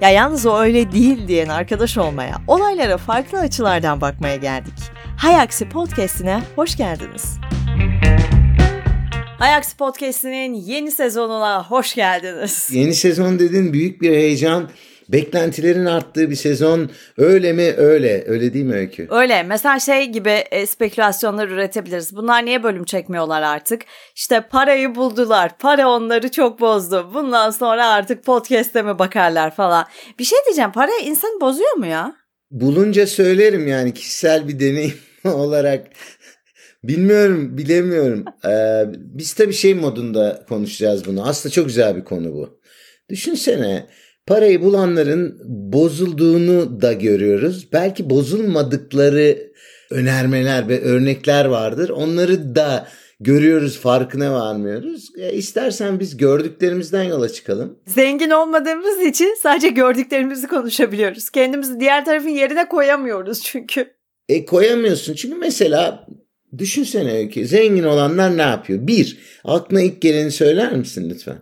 Ya yalnız o öyle değil diyen arkadaş olmaya, olaylara farklı açılardan bakmaya geldik. Hay Aksi Podcast'ine hoş geldiniz. Hay Aksi Podcast'inin yeni sezonuna hoş geldiniz. Yeni sezon dedin, büyük bir heyecan. Beklentilerin arttığı bir sezon. Öyle mi? Öyle. Öyle değil mi Öykü? Öyle. Mesela şey gibi spekülasyonlar üretebiliriz. Bunlar niye bölüm çekmiyorlar artık? İşte parayı buldular. Para onları çok bozdu. Bundan sonra artık podcast'e mi bakarlar falan. Bir şey diyeceğim. Para insanı bozuyor mu ya? Bulunca söylerim yani, kişisel bir deneyim olarak. Bilemiyorum. Biz tabii şey modunda konuşacağız bunu. Aslında çok güzel bir konu bu. Düşünsene, parayı bulanların bozulduğunu da görüyoruz. Belki bozulmadıkları önermeler ve örnekler vardır. Onları da görüyoruz, farkına varmıyoruz. İstersen biz gördüklerimizden yola çıkalım. Zengin olmadığımız için sadece gördüklerimizi konuşabiliyoruz. Kendimizi diğer tarafın yerine koyamıyoruz çünkü. Koyamıyorsun çünkü mesela düşünsene ki zengin olanlar ne yapıyor? Bir, aklına ilk geleni söyler misin lütfen?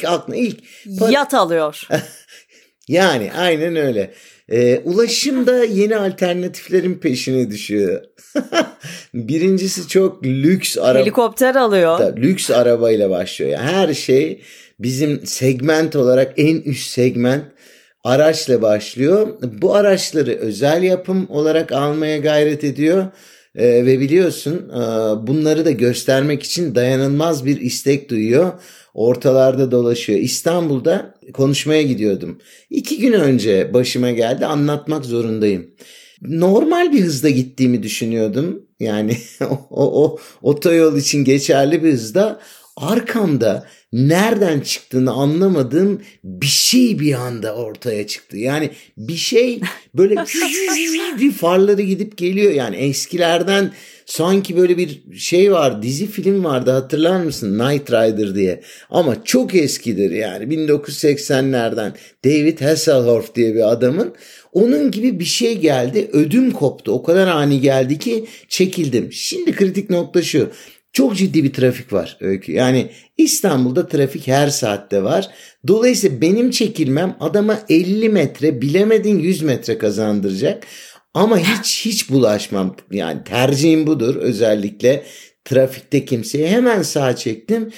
Yat alıyor. Yani aynen öyle. Ulaşımda yeni alternatiflerin peşine düşüyor. Birincisi çok lüks araba. Helikopter alıyor. Lüks arabayla başlıyor. Yani her şey bizim segment olarak en üst segment araçla başlıyor. Bu araçları özel yapım olarak almaya gayret ediyor. Ve biliyorsun bunları da göstermek için dayanılmaz bir istek duyuyor. Ortalarda dolaşıyor. İstanbul'da konuşmaya gidiyordum. 2 gün önce başıma geldi, anlatmak zorundayım. Normal bir hızda gittiğimi düşünüyordum. Yani o otoyol için geçerli bir hızda. Arkamda nereden çıktığını anlamadığım bir şey bir anda ortaya çıktı. Yani bir şey böyle farları gidip geliyor. Yani eskilerden sanki böyle bir şey var, dizi film vardı, hatırlar mısın? Knight Rider diye. Ama çok eskidir yani, 1980'lerden David Hasselhoff diye bir adamın. Onun gibi bir şey geldi, ödüm koptu. O kadar ani geldi ki çekildim. Şimdi kritik nokta şu. Çok ciddi bir trafik var Öykü. Yani İstanbul'da trafik her saatte var. Dolayısıyla benim çekilmem adama 50 metre, bilemedin 100 metre kazandıracak. Ama hiç bulaşmam. Yani tercihim budur. Özellikle trafikte kimseye hemen sağa çektim.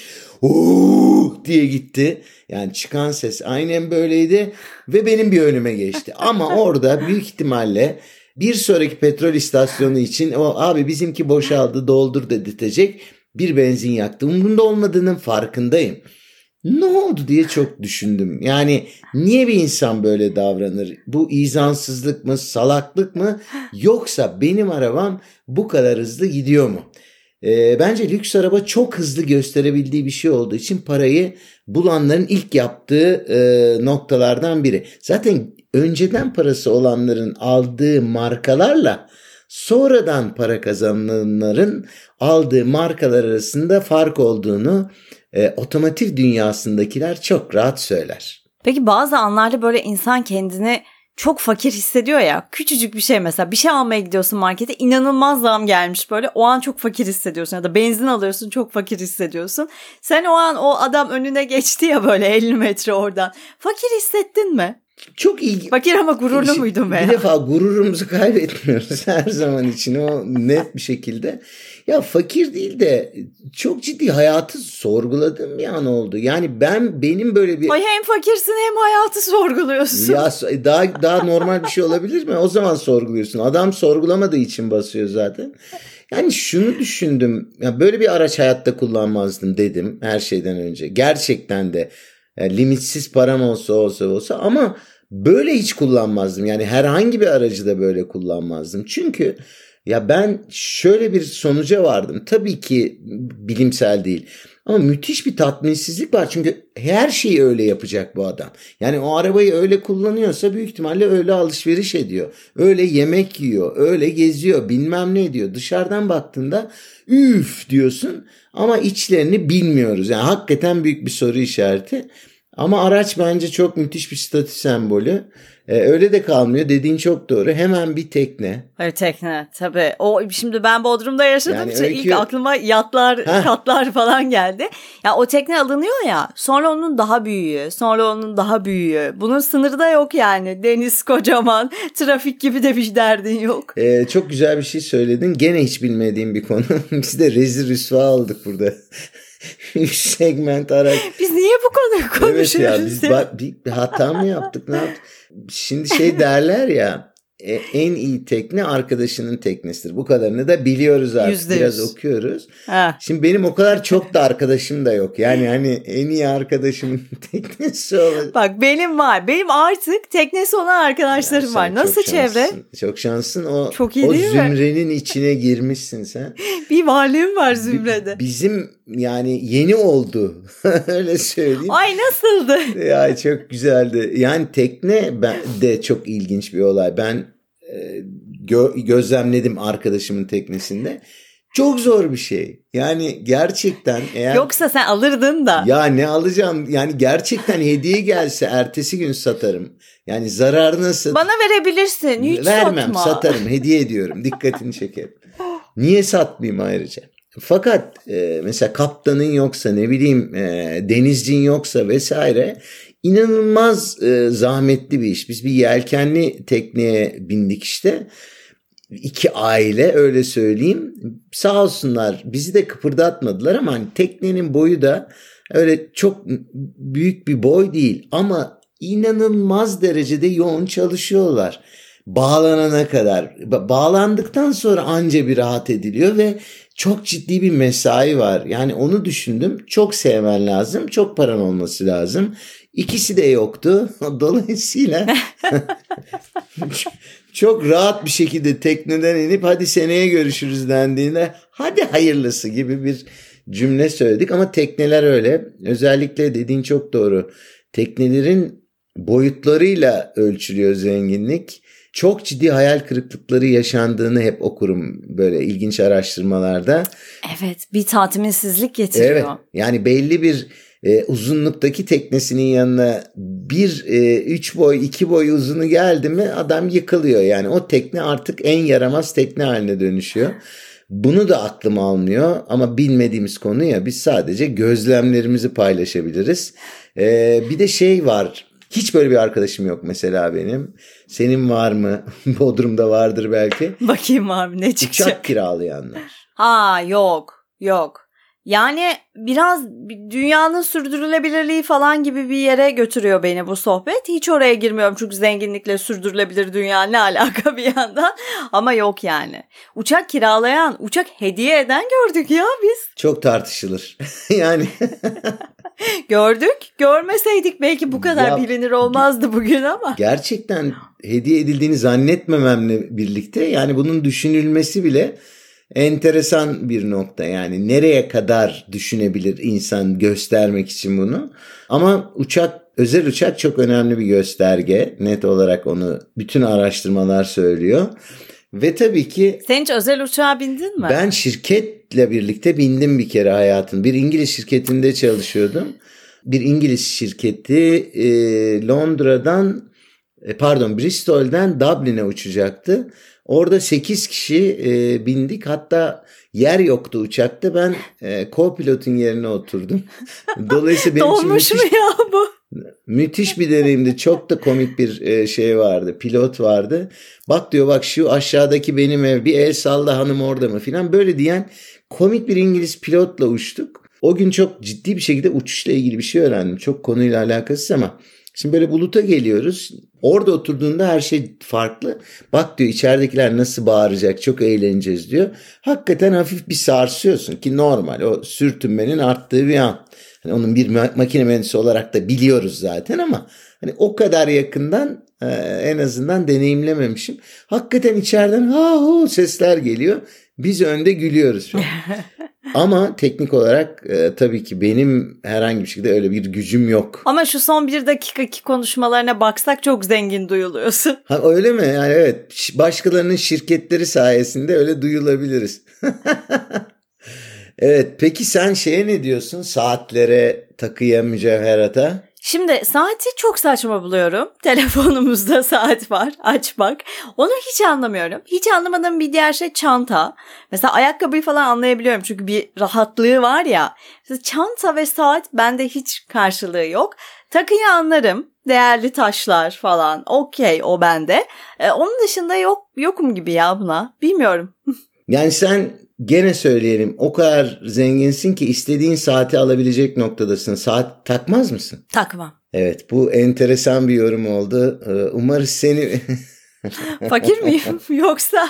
Diye gitti. Yani çıkan ses aynen böyleydi ve benim bir önüme geçti. Ama orada büyük ihtimalle bir sonraki petrol istasyonu için o abi bizimki boşaldı, doldur dedirtecek bir benzin yaktı. Umurumda olmadığının farkındayım. Ne oldu diye çok düşündüm. Yani niye bir insan böyle davranır? Bu izansızlık mı, salaklık mı? Yoksa benim arabam bu kadar hızlı gidiyor mu? Bence lüks araba çok hızlı gösterebildiği bir şey olduğu için parayı bulanların ilk yaptığı noktalardan biri. Zaten önceden parası olanların aldığı markalarla sonradan para kazananların aldığı markalar arasında fark olduğunu otomotiv dünyasındakiler çok rahat söyler. Peki bazı anlarda böyle insan kendini çok fakir hissediyor ya, küçücük bir şey, mesela bir şey almaya gidiyorsun markete, inanılmaz zam gelmiş, böyle o an çok fakir hissediyorsun, ya da benzin alıyorsun çok fakir hissediyorsun. Sen o an o adam önüne geçti ya böyle 50 metre oradan, fakir hissettin mi? Çok iyi. Fakir ama gururlu muydun be? Bir defa gururumuzu kaybetmiyoruz her zaman için, o net bir şekilde. Ya fakir değil de çok ciddi hayatı sorguladığım bir an oldu. Yani benim böyle bir... Ay hem fakirsin hem hayatı sorguluyorsun. Ya daha normal bir şey olabilir mi? O zaman sorguluyorsun. Adam sorgulamadığı için basıyor zaten. Yani şunu düşündüm. Ya böyle bir araç hayatta kullanmazdım dedim her şeyden önce. Gerçekten de yani limitsiz param olsa ama böyle hiç kullanmazdım. Yani herhangi bir aracı da böyle kullanmazdım. Çünkü ya ben şöyle bir sonuca vardım. Tabii ki bilimsel değil. Ama müthiş bir tatminsizlik var. Çünkü her şeyi öyle yapacak bu adam. Yani o arabayı öyle kullanıyorsa büyük ihtimalle öyle alışveriş ediyor. Öyle yemek yiyor, öyle geziyor, bilmem ne ediyor. Dışarıdan baktığında üf diyorsun ama içlerini bilmiyoruz. Yani hakikaten büyük bir soru işareti. Ama araç bence çok müthiş bir statü sembolü. Öyle de kalmıyor. Dediğin çok doğru. Hemen bir tekne. Hayır, tekne tabii. Şimdi ben Bodrum'da yaşadım. Yani İlk aklıma yatlar, katlar falan geldi. Ya o tekne alınıyor ya. Sonra onun daha büyüğü. Sonra onun daha büyüğü. Bunun sınırı da yok yani. Deniz kocaman. Trafik gibi de bir derdin yok. Çok güzel bir şey söyledin. Gene hiç bilmediğim bir konu. Biz de rezil rüsva aldık burada. Segment araç. Biz niye bu konuyu konuşuyoruz? Evet ya, biz bir hata mı yaptık, ne yaptık? Şimdi derler ya, en iyi tekne arkadaşının teknesidir. Bu kadarını da biliyoruz artık. %100. Biraz okuyoruz. Ha. Şimdi benim o kadar çok da arkadaşım da yok. Yani hani en iyi arkadaşımın teknesi olur. Bak benim var. Benim artık teknesi olan arkadaşlarım var. Nasıl çevre? Çok şanslısın. Çok iyi, o değil zümrenin mi? içine girmişsin sen. Bir varlığım var zümrede. Bizim yani yeni oldu. Öyle söyleyeyim. Ay nasıldı? Ya çok güzeldi. Yani tekne de çok ilginç bir olay. Ben gözlemledim arkadaşımın teknesinde. Çok zor bir şey. Yani gerçekten eğer... Yoksa sen alırdın da. Ya ne alacağım? Yani gerçekten hediye gelse ertesi gün satarım. Yani zarar nasıl? Bana verebilirsin. Hiç vermem, satma. Satarım. Hediye ediyorum. Dikkatini çekerim. Niye satmayayım ayrıca? Fakat mesela kaptanın yoksa, ne bileyim denizcin yoksa vesaire, inanılmaz zahmetli bir iş. Biz bir yelkenli tekneye bindik işte. 2 aile, öyle söyleyeyim. Sağ olsunlar, bizi de kıpırdatmadılar ama hani teknenin boyu da öyle çok büyük bir boy değil. Ama inanılmaz derecede yoğun çalışıyorlar. Bağlanana kadar. Bağlandıktan sonra anca bir rahat ediliyor ve çok ciddi bir mesai var. Yani onu düşündüm. Çok sevmen lazım. Çok paran olması lazım. İkisi de yoktu. Dolayısıyla çok rahat bir şekilde tekneden inip hadi seneye görüşürüz dendiğinde hadi hayırlısı gibi bir cümle söyledik. Ama tekneler öyle. Özellikle dediğin çok doğru. Teknelerin boyutlarıyla ölçülüyor zenginlik. Çok ciddi hayal kırıklıkları yaşandığını hep okurum böyle ilginç araştırmalarda. Evet, bir tatminsizlik getiriyor. Evet, yani belli bir uzunluktaki teknesinin yanına 3 boy 2 boy uzunu geldi mi adam yıkılıyor. Yani o tekne artık en yaramaz tekne haline dönüşüyor. Bunu da aklım almıyor ama bilmediğimiz konu ya, biz sadece gözlemlerimizi paylaşabiliriz. Bir de var. Hiç böyle bir arkadaşım yok mesela benim. Senin var mı? Bodrum'da vardır belki. Bakayım abi ne çıkacak? Uçak kiralayanlar. Yok. Yani biraz dünyanın sürdürülebilirliği falan gibi bir yere götürüyor beni bu sohbet. Hiç oraya girmiyorum çünkü zenginlikle sürdürülebilir dünya ne alaka bir yandan. Ama yok yani. Uçak kiralayan, uçak hediye eden gördük ya biz. Çok tartışılır. Yani... Gördük. Görmeseydik belki bu kadar bilinir olmazdı bugün ama. Gerçekten hediye edildiğini zannetmememle birlikte yani bunun düşünülmesi bile enteresan bir nokta. Yani nereye kadar düşünebilir insan göstermek için bunu. Ama özel uçak çok önemli bir gösterge. Net olarak onu bütün araştırmalar söylüyor. Ve tabii ki... Sen hiç özel uçağa bindin mi? Ben şirketle birlikte bindim bir kere hayatım. Bir İngiliz şirketinde çalışıyordum. Bir İngiliz şirketi Bristol'den Dublin'e uçacaktı. Orada 8 kişi bindik. Hatta yer yoktu uçakta. Ben co-pilotun yerine oturdum. Dolayısıyla benim Dolmuş için mu ya bu? Müthiş bir deneyimdi. Çok da komik bir vardı. Pilot vardı. Bak diyor, bak şu aşağıdaki benim ev, bir el salla hanım orada mı filan, böyle diyen komik bir İngiliz pilotla uçtuk. O gün çok ciddi bir şekilde uçuşla ilgili bir şey öğrendim. Çok konuyla alakasız ama şimdi böyle buluta geliyoruz. Orada oturduğunda her şey farklı. Bak diyor, içeridekiler nasıl bağıracak, çok eğleneceğiz diyor. Hakikaten hafif bir sarsıyorsun ki normal, o sürtünmenin arttığı bir an. Hani onun bir makine mühendisi olarak da biliyoruz zaten ama hani o kadar yakından en azından deneyimlememişim. Hakikaten içeriden ha hu sesler geliyor. Biz önde gülüyoruz. Ama teknik olarak tabii ki benim herhangi bir şekilde öyle bir gücüm yok. Ama şu son 1 dakikaki konuşmalarına baksak çok zengin duyuluyorsun. Ha, öyle mi? Yani evet, başkalarının şirketleri sayesinde öyle duyulabiliriz. Evet, peki sen ne diyorsun, saatlere, takıya, mücevherata? Şimdi saati çok saçma buluyorum. Telefonumuzda saat var. Açmak. Onu hiç anlamıyorum. Hiç anlamadığım bir diğer şey çanta. Mesela ayakkabıyı falan anlayabiliyorum. Çünkü bir rahatlığı var ya. Mesela çanta ve saat bende hiç karşılığı yok. Takıyı anlarım. Değerli taşlar falan. Okey, o bende. Onun dışında yokum gibi ya buna. Bilmiyorum. Yani sen gene söyleyelim o kadar zenginsin ki istediğin saati alabilecek noktadasın. Saat takmaz mısın? Takmam. Evet, bu enteresan bir yorum oldu. Umarız seni... Fakir miyim yoksa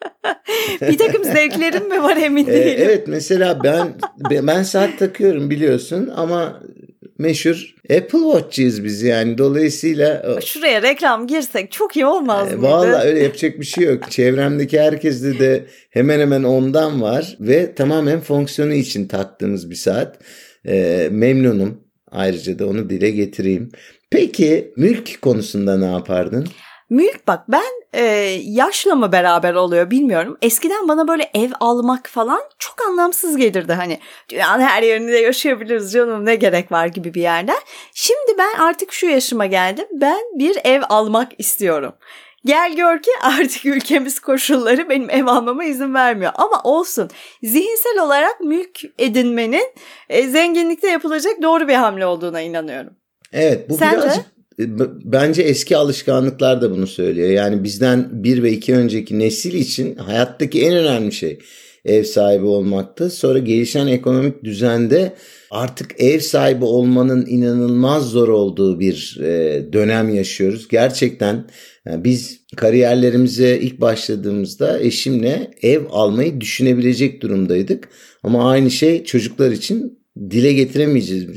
bir takım zevklerim mi var, emin değilim. Evet, mesela ben saat takıyorum biliyorsun ama meşhur Apple Watch'cıyız biz yani. Dolayısıyla... Şuraya reklam girsek çok iyi olmaz mıydı? Vallahi öyle, yapacak bir şey yok. Çevremdeki herkeste de hemen hemen ondan var ve tamamen fonksiyonu için taktığımız bir saat. Memnunum. Ayrıca da onu dile getireyim. Peki mülk konusunda ne yapardın? Mülk, bak ben yaşla mı beraber oluyor bilmiyorum. Eskiden bana böyle ev almak falan çok anlamsız gelirdi. Hani dünyanın her yerinde yaşayabiliriz canım, ne gerek var gibi bir yerden. Şimdi ben artık şu yaşıma geldim. Ben bir ev almak istiyorum. Gel gör ki artık ülkemiz koşulları benim ev almama izin vermiyor. Ama olsun, zihinsel olarak mülk edinmenin zenginlikte yapılacak doğru bir hamle olduğuna inanıyorum. Evet, bu sence? birazcık bence eski alışkanlıklar da bunu söylüyor. Yani bizden 1 ve 2 önceki nesil için hayattaki en önemli şey ev sahibi olmaktı. Sonra gelişen ekonomik düzende artık ev sahibi olmanın inanılmaz zor olduğu bir dönem yaşıyoruz. Gerçekten yani biz kariyerlerimize ilk başladığımızda eşimle ev almayı düşünebilecek durumdaydık. Ama aynı şey çocuklar için dile getiremeyeceğiz.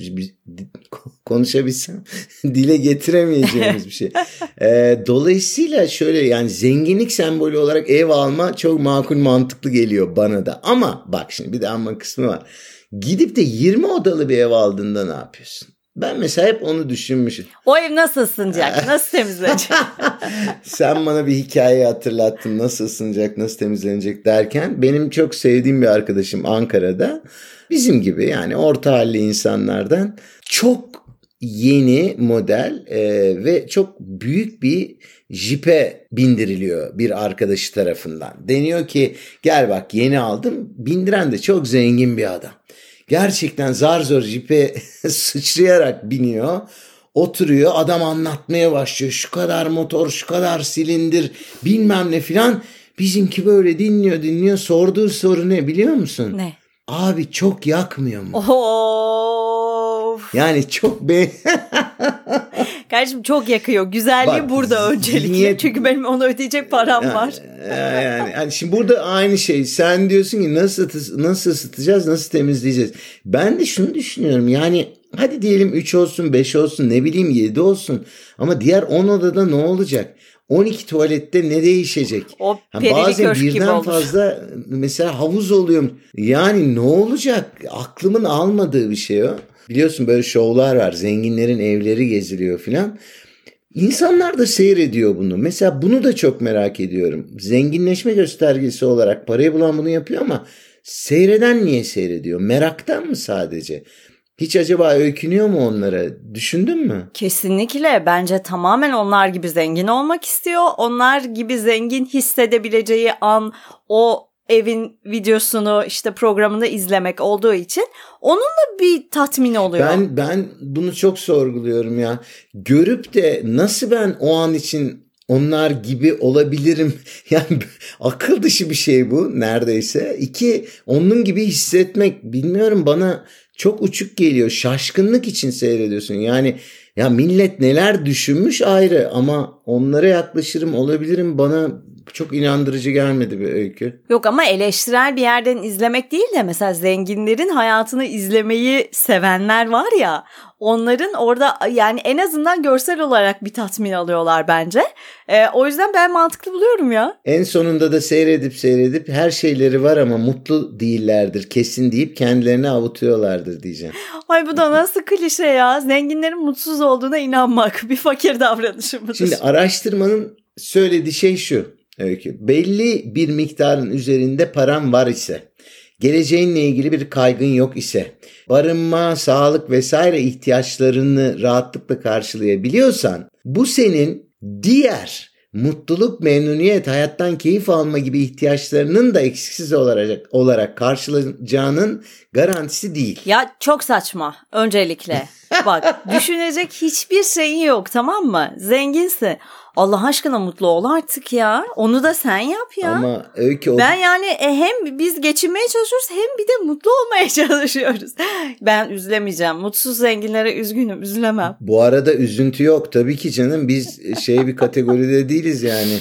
Konuşabilsem dile getiremeyeceğimiz bir şey. Dolayısıyla şöyle, yani zenginlik sembolü olarak ev alma çok makul, mantıklı geliyor bana da. Ama bak şimdi bir de ama kısmı var. Gidip de 20 odalı bir ev aldığında ne yapıyorsun? Ben mesela hep onu düşünmüşüm. O ev nasıl ısınacak? Nasıl temizlenecek? Sen bana bir hikayeyi hatırlattın. Nasıl ısınacak, nasıl temizlenecek derken. Benim çok sevdiğim bir arkadaşım Ankara'da. Bizim gibi yani orta halli insanlardan çok yeni model ve çok büyük bir jipe bindiriliyor bir arkadaşı tarafından. Deniyor ki gel bak yeni aldım. Bindiren de çok zengin bir adam. Gerçekten zar zor jipe sıçrayarak biniyor. Oturuyor, adam anlatmaya başlıyor. Şu kadar motor, şu kadar silindir, bilmem ne filan. Bizimki böyle dinliyor. Sorduğu soru ne biliyor musun? Ne? Abi çok yakmıyor mu? Of. Yani çok Kardeşim çok yakıyor. Güzelliği bak, burada öncelikle. Çünkü benim onu ödeyecek param var. Yani şimdi burada aynı şey. Sen diyorsun ki nasıl ısıtacağız, nasıl temizleyeceğiz? Ben de şunu düşünüyorum. Yani hadi diyelim 3 olsun, 5 olsun, ne bileyim 7 olsun. Ama diğer 10 odada ne olacak? 12 tuvalette ne değişecek? O perili bazen köşk gibi birden olur. fazla mesela havuz oluyor. Yani ne olacak? Aklımın almadığı bir şey o. Biliyorsun böyle şovlar var. Zenginlerin evleri geziliyor filan. İnsanlar da seyrediyor bunu. Mesela bunu da çok merak ediyorum. Zenginleşme göstergesi olarak parayı bulan bunu yapıyor ama seyreden niye seyrediyor? Meraktan mı sadece? Hiç acaba öykünüyor mu onlara? Düşündün mü? Kesinlikle. Bence tamamen onlar gibi zengin olmak istiyor. Onlar gibi zengin hissedebileceği an o evin videosunu, işte programını izlemek olduğu için onunla bir tatmin oluyor. Ben bunu çok sorguluyorum ya. Görüp de nasıl ben o an için onlar gibi olabilirim? Yani akıl dışı bir şey bu neredeyse. 2, onun gibi hissetmek, bilmiyorum, bana çok uçuk geliyor. Şaşkınlık için seyrediyorsun. Yani ya millet neler düşünmüş ayrı ama onlara yaklaşırım, olabilirim, bana çok inandırıcı gelmedi bir öykü. Yok ama eleştirel bir yerden izlemek değil de mesela zenginlerin hayatını izlemeyi sevenler var ya, onların orada yani en azından görsel olarak bir tatmin alıyorlar bence. O yüzden ben mantıklı buluyorum ya. En sonunda da seyredip her şeyleri var ama mutlu değillerdir kesin deyip kendilerini avutuyorlardır diyeceğim. Ay bu da nasıl klişe ya. Zenginlerin mutsuz olduğuna inanmak bir fakir davranışı mıdır? Şimdi araştırmanın söylediği şey şu Öykü. Belli bir miktarın üzerinde param var ise, geleceğinle ilgili bir kaygın yok ise, barınma, sağlık vesaire ihtiyaçlarını rahatlıkla karşılayabiliyorsan, bu senin diğer mutluluk, memnuniyet, hayattan keyif alma gibi ihtiyaçlarının da eksiksiz olarak karşılayacağının garantisi değil. Ya çok saçma öncelikle. Bak, düşünecek hiçbir şeyin yok, tamam mı? Zenginsin. Allah aşkına mutlu ol artık ya. Onu da sen yap ya. Ama Öykü ben yani hem biz geçinmeye çalışıyoruz hem bir de mutlu olmaya çalışıyoruz. Ben üzülemeyeceğim. Mutsuz zenginlere üzgünüm, üzülemem. Bu arada üzüntü yok tabii ki canım. Biz bir kategoride değiliz yani.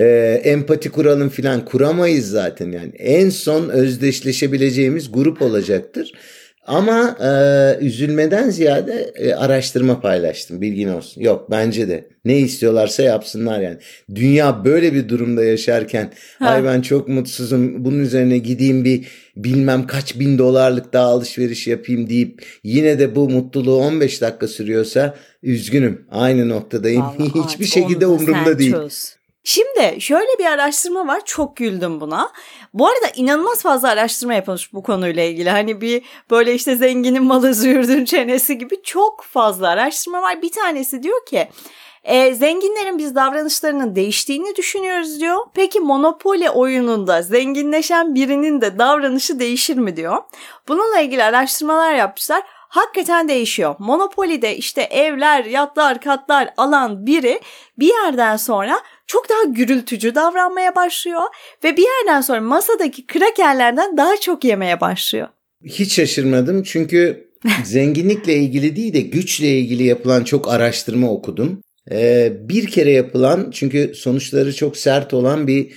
Empati kuralım filan, kuramayız zaten yani. En son özdeşleşebileceğimiz grup olacaktır. Ama üzülmeden ziyade araştırma paylaştım, bilgin olsun. Yok, bence de ne istiyorlarsa yapsınlar yani. Dünya böyle bir durumda yaşarken ay ben çok mutsuzum, bunun üzerine gideyim bir bilmem kaç bin dolarlık daha alışveriş yapayım deyip yine de bu mutluluğu 15 dakika sürüyorsa üzgünüm, aynı noktadayım. Hiçbir şekilde umurumda değil. Şimdi şöyle bir araştırma var, çok güldüm buna. Bu arada inanılmaz fazla araştırma yapılmış bu konuyla ilgili. Hani bir böyle işte zenginin malı züğürdün çenesi gibi çok fazla araştırma var. Bir tanesi diyor ki zenginlerin biz davranışlarının değiştiğini düşünüyoruz diyor. Peki Monopoly oyununda zenginleşen birinin de davranışı değişir mi diyor. Bununla ilgili araştırmalar yapmışlar. Hakikaten değişiyor. Monopoly'de işte evler, yatlar, katlar alan biri bir yerden sonra çok daha gürültücü davranmaya başlıyor ve bir yerden sonra masadaki krakerlerden daha çok yemeye başlıyor. Hiç şaşırmadım çünkü zenginlikle ilgili değil de güçle ilgili yapılan çok araştırma okudum. Bir kere yapılan, çünkü sonuçları çok sert olan bir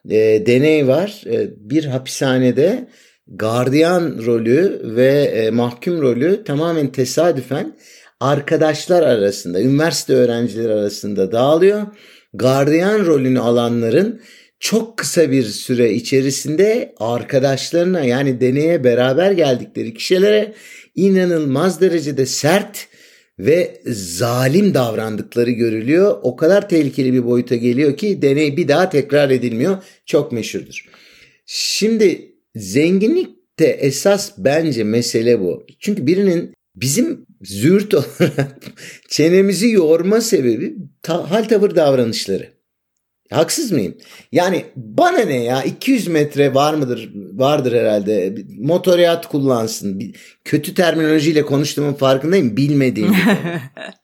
deney var. Bir hapishanede gardiyan rolü ve mahkum rolü tamamen tesadüfen arkadaşlar arasında, üniversite öğrencileri arasında dağılıyor. Gardiyan rolünü alanların çok kısa bir süre içerisinde arkadaşlarına, yani deneye beraber geldikleri kişilere inanılmaz derecede sert ve zalim davrandıkları görülüyor. O kadar tehlikeli bir boyuta geliyor ki deney bir daha tekrar edilmiyor. Çok meşhurdur. Şimdi zenginlikte esas bence mesele bu. Çünkü birinin bizim züğürt olarak çenemizi yorma sebebi hal tavır davranışları. Haksız mıyım? Yani bana ne ya, 200 metre vardır herhalde, motoryat kullansın. Kötü terminolojiyle konuştuğumun farkındayım, bilmediğim bir konu.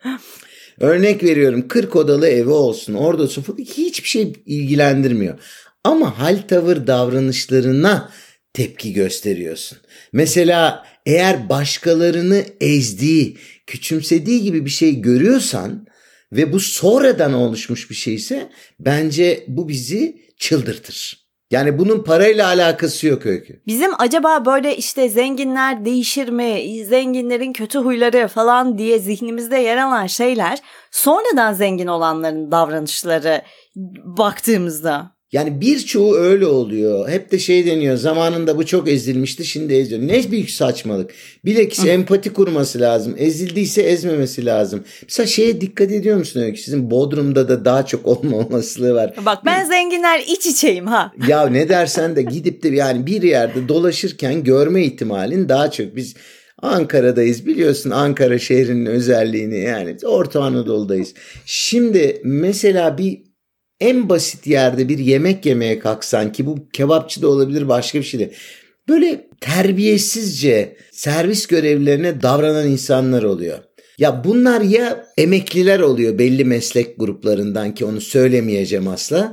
Örnek veriyorum, 40 odalı evi olsun, orada olsun, hiçbir şey ilgilendirmiyor. Ama hal tavır davranışlarına tepki gösteriyorsun. Mesela eğer başkalarını ezdiği, küçümsediği gibi bir şey görüyorsan ve bu sonradan oluşmuş bir şeyse bence bu bizi çıldırtır. Yani bunun parayla alakası yok Öykü. Bizim acaba böyle işte zenginler değişir mi, zenginlerin kötü huyları falan diye zihnimizde yer alan şeyler sonradan zengin olanların davranışları baktığımızda. Yani birçoğu öyle oluyor. Hep de deniyor, zamanında bu çok ezilmişti, şimdi eziyor. Ne büyük saçmalık. Bilakis empati kurması lazım. Ezildiyse ezmemesi lazım. Mesela dikkat ediyor musun Öykü? Sizin Bodrum'da da daha çok olma olasılığı var. Bak ben zenginler iç içeyim ha. Ya ne dersen de gidip de yani bir yerde dolaşırken görme ihtimalin daha çok. Biz Ankara'dayız, biliyorsun Ankara şehrinin özelliğini, yani Orta Anadolu'dayız. Şimdi mesela en basit yerde bir yemek yemeye kalksan, ki bu kebapçı da olabilir, başka bir şey de, böyle terbiyesizce servis görevlilerine davranan insanlar oluyor. Ya bunlar ya emekliler oluyor belli meslek gruplarından, ki onu söylemeyeceğim asla,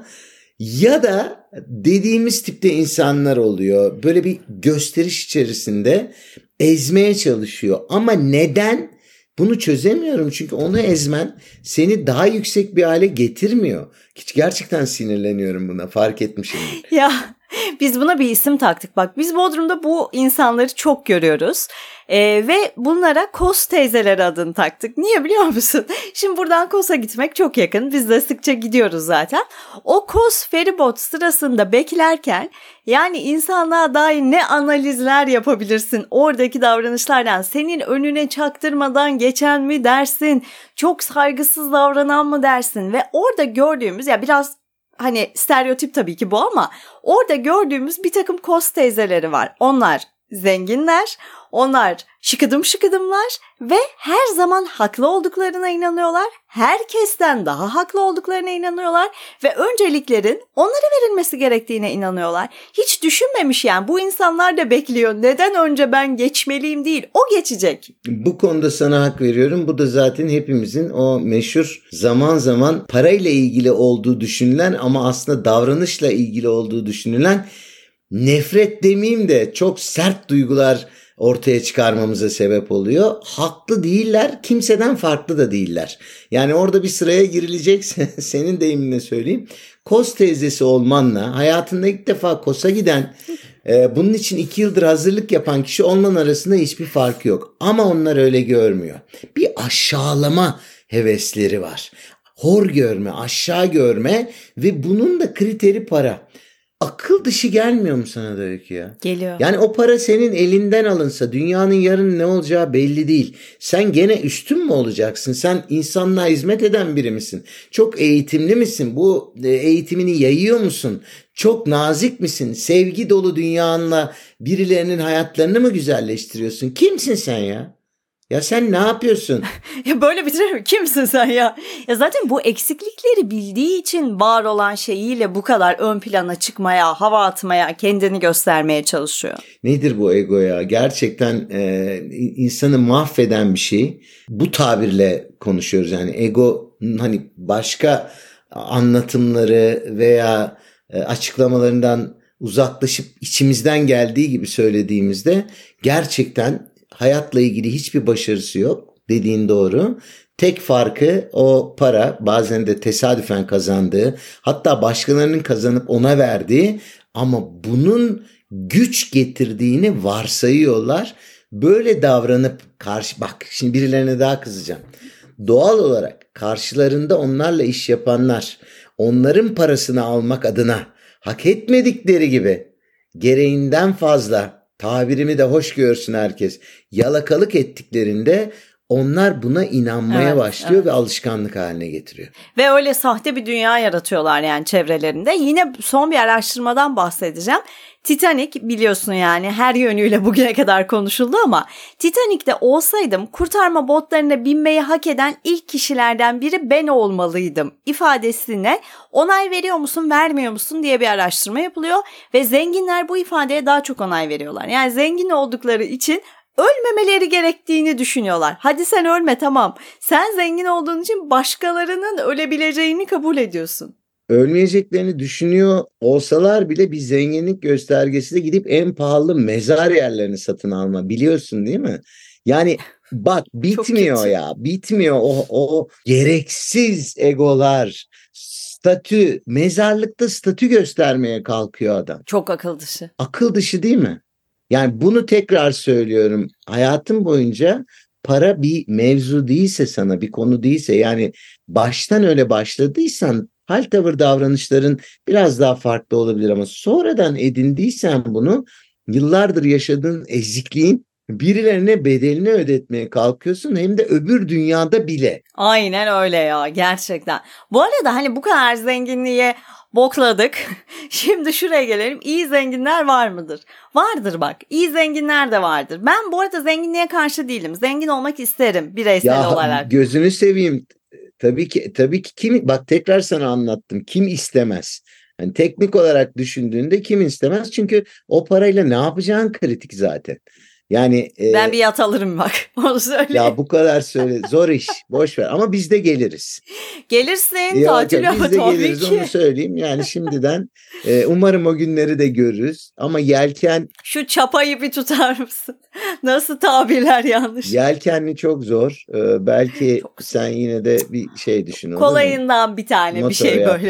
ya da dediğimiz tipte insanlar oluyor. Böyle bir gösteriş içerisinde ezmeye çalışıyor. Ama neden? Bunu çözemiyorum, çünkü onu ezmen seni daha yüksek bir hale getirmiyor. Hiç gerçekten sinirleniyorum buna, fark etmişim. Ya biz buna bir isim taktık. Bak biz Bodrum'da bu insanları çok görüyoruz. Ve bunlara Kos teyzeleri adını taktık. Niye biliyor musun? Şimdi buradan Kos'a gitmek çok yakın. Biz de sıkça gidiyoruz zaten. O Kos feribot sırasında beklerken yani insanlığa dair ne analizler yapabilirsin oradaki davranışlardan? Senin önüne çaktırmadan geçen mi dersin? Çok saygısız davranan mı dersin? Ve orada gördüğümüz, ya biraz hani stereotip tabii ki bu ama orada gördüğümüz bir takım kos teyzeleri var. Onlar zenginler, onlar şıkıdım şıkıdımlar ve her zaman haklı olduklarına inanıyorlar. Herkesten daha haklı olduklarına inanıyorlar ve önceliklerin onlara verilmesi gerektiğine inanıyorlar. Hiç düşünmemiş yani bu insanlar da bekliyor. Neden önce ben geçmeliyim değil, o geçecek. Bu konuda sana hak veriyorum. Bu da zaten hepimizin o meşhur zaman zaman parayla ilgili olduğu düşünülen ama aslında davranışla ilgili olduğu düşünülen nefret demeyeyim de çok sert duygular ortaya çıkarmamıza sebep oluyor. Haklı değiller, kimseden farklı da değiller. Yani orada bir sıraya girilecekse senin deyiminle söyleyeyim. Kos teyzesi olmanla hayatında ilk defa kosa giden, bunun için 2 yıldır hazırlık yapan kişi olman arasında hiçbir fark yok. Ama onlar öyle görmüyor. Bir aşağılama hevesleri var. Hor görme, aşağı görme ve bunun da kriteri para. Akıl dışı gelmiyor mu sana da Öykü ya? Geliyor. Yani o para senin elinden alınsa dünyanın yarın ne olacağı belli değil. Sen gene üstün mü olacaksın? Sen insanlığa hizmet eden biri misin? Çok eğitimli misin? Bu eğitimini yayıyor musun? Çok nazik misin? Sevgi dolu dünyanla birilerinin hayatlarını mı güzelleştiriyorsun? Kimsin sen ya? Ya sen ne yapıyorsun? Ya böyle bitirir kimsin sen ya? Ya zaten bu eksiklikleri bildiği için var olan şeyiyle bu kadar ön plana çıkmaya, hava atmaya, kendini göstermeye çalışıyor. Nedir bu ego ya? Gerçekten insanı mahveden bir şey. Bu tabirle konuşuyoruz yani ego hani başka anlatımları veya açıklamalarından uzaklaşıp içimizden geldiği gibi söylediğimizde gerçekten hayatla ilgili hiçbir başarısı yok. Dediğin doğru. Tek farkı o para bazen de tesadüfen kazandığı, hatta başkalarının kazanıp ona verdiği ama bunun güç getirdiğini varsayıyorlar. Böyle davranıp bak şimdi birilerine daha kızacağım. Doğal olarak karşılarında onlarla iş yapanlar onların parasını almak adına hak etmedikleri gibi gereğinden fazla, tabirimi de hoş görsün herkes, yalakalık ettiklerinde onlar buna inanmaya başlıyor ve alışkanlık haline getiriyor. Ve öyle sahte bir dünya yaratıyorlar yani çevrelerinde. Yine son bir araştırmadan bahsedeceğim. Titanic biliyorsun yani her yönüyle bugüne kadar konuşuldu ama Titanic'te olsaydım kurtarma botlarına binmeyi hak eden ilk kişilerden biri ben olmalıydım ifadesine onay veriyor musun vermiyor musun diye bir araştırma yapılıyor ve zenginler bu ifadeye daha çok onay veriyorlar. Yani zengin oldukları için ölmemeleri gerektiğini düşünüyorlar. Hadi sen ölme tamam. Sen zengin olduğun için başkalarının ölebileceğini kabul ediyorsun. Ölmeyeceklerini düşünüyor olsalar bile bir zenginlik göstergesi de gidip en pahalı mezar yerlerini satın alma. Biliyorsun değil mi? Yani bak bitmiyor ya. Bitmiyor o gereksiz egolar. Statü, mezarlıkta statü göstermeye kalkıyor adam. Çok akıl dışı. Akıl dışı değil mi? Yani bunu tekrar söylüyorum. Hayatım boyunca para bir mevzu değilse sana, bir konu değilse yani baştan öyle başladıysan hal tavır davranışların biraz daha farklı olabilir ama sonradan edindiysen bunu yıllardır yaşadığın ezikliğin birilerine bedelini ödetmeye kalkıyorsun hem de öbür dünyada bile. Aynen öyle ya gerçekten. Bu arada hani bu kadar zenginliğe bokladık. Şimdi şuraya gelelim. İyi zenginler var mıdır? Vardır bak. İyi zenginler de vardır. Ben bu arada zenginliğe karşı değilim. Zengin olmak isterim bireysel olarak. Gözünü seveyim. Tabii ki kim bak tekrar sana anlattım. Kim istemez? Yani teknik olarak düşündüğünde kim istemez? Çünkü o parayla ne yapacağın kritik zaten. Yani ben bir yat alırım bak. Onu söyleyeyim. Ya bu kadar söyle. Zor iş. Boş ver. Ama biz de geliriz. Gelirsin. Tatil yapma biz de tabii geliriz ki. onu söyleyeyim. Yani şimdiden umarım o günleri de görürüz. Ama yelken. Şu çapayı bir tutar mısın? Nasıl tabirler yanlış? Yelkenli çok zor. Belki çok sen yine de bir şey düşün. Kolayından bir tane motor bir şey böyle.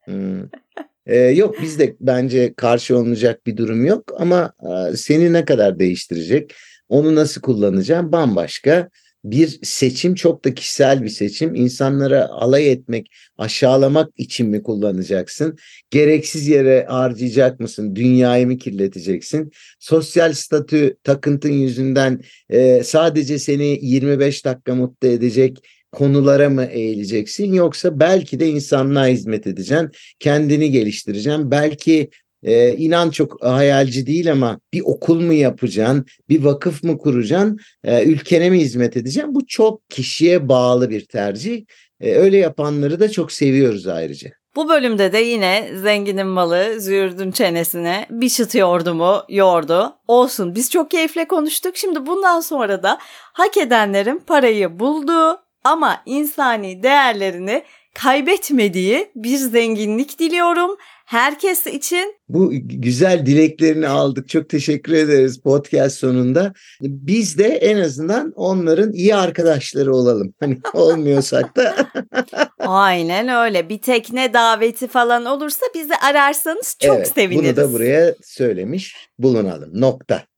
Yok bizde bence karşı olunacak bir durum yok ama seni ne kadar değiştirecek, onu nasıl kullanacağım bambaşka bir seçim, çok da kişisel bir seçim. İnsanlara alay etmek, aşağılamak için mi kullanacaksın? Gereksiz yere harcayacak mısın? Dünyayı mı kirleteceksin? Sosyal statü takıntın yüzünden sadece seni 25 dakika mutlu edecek konulara mı eğileceksin, yoksa belki de insanlığa hizmet edeceksin, kendini geliştireceksin, belki inan çok hayalci değil ama bir okul mu yapacaksın, bir vakıf mı kuracaksın, ülkene mi hizmet edeceksin? Bu çok kişiye bağlı bir tercih. Öyle yapanları da çok seviyoruz ayrıca. Bu bölümde de yine zenginin malı züğürdün çenesine bir çıt yoğurdu mu yoğurdu. Olsun, biz çok keyifle konuştuk. Şimdi bundan sonra da hak edenlerin parayı bulduğu ama insani değerlerini kaybetmediği bir zenginlik diliyorum herkes için. Bu güzel dileklerini aldık. Çok teşekkür ederiz podcast sonunda. Biz de en azından onların iyi arkadaşları olalım. Hani olmuyorsak da. Aynen öyle. Bir tekne daveti falan olursa bizi ararsanız çok Evet, seviniriz. bunu da buraya söylemiş bulunalım. Nokta.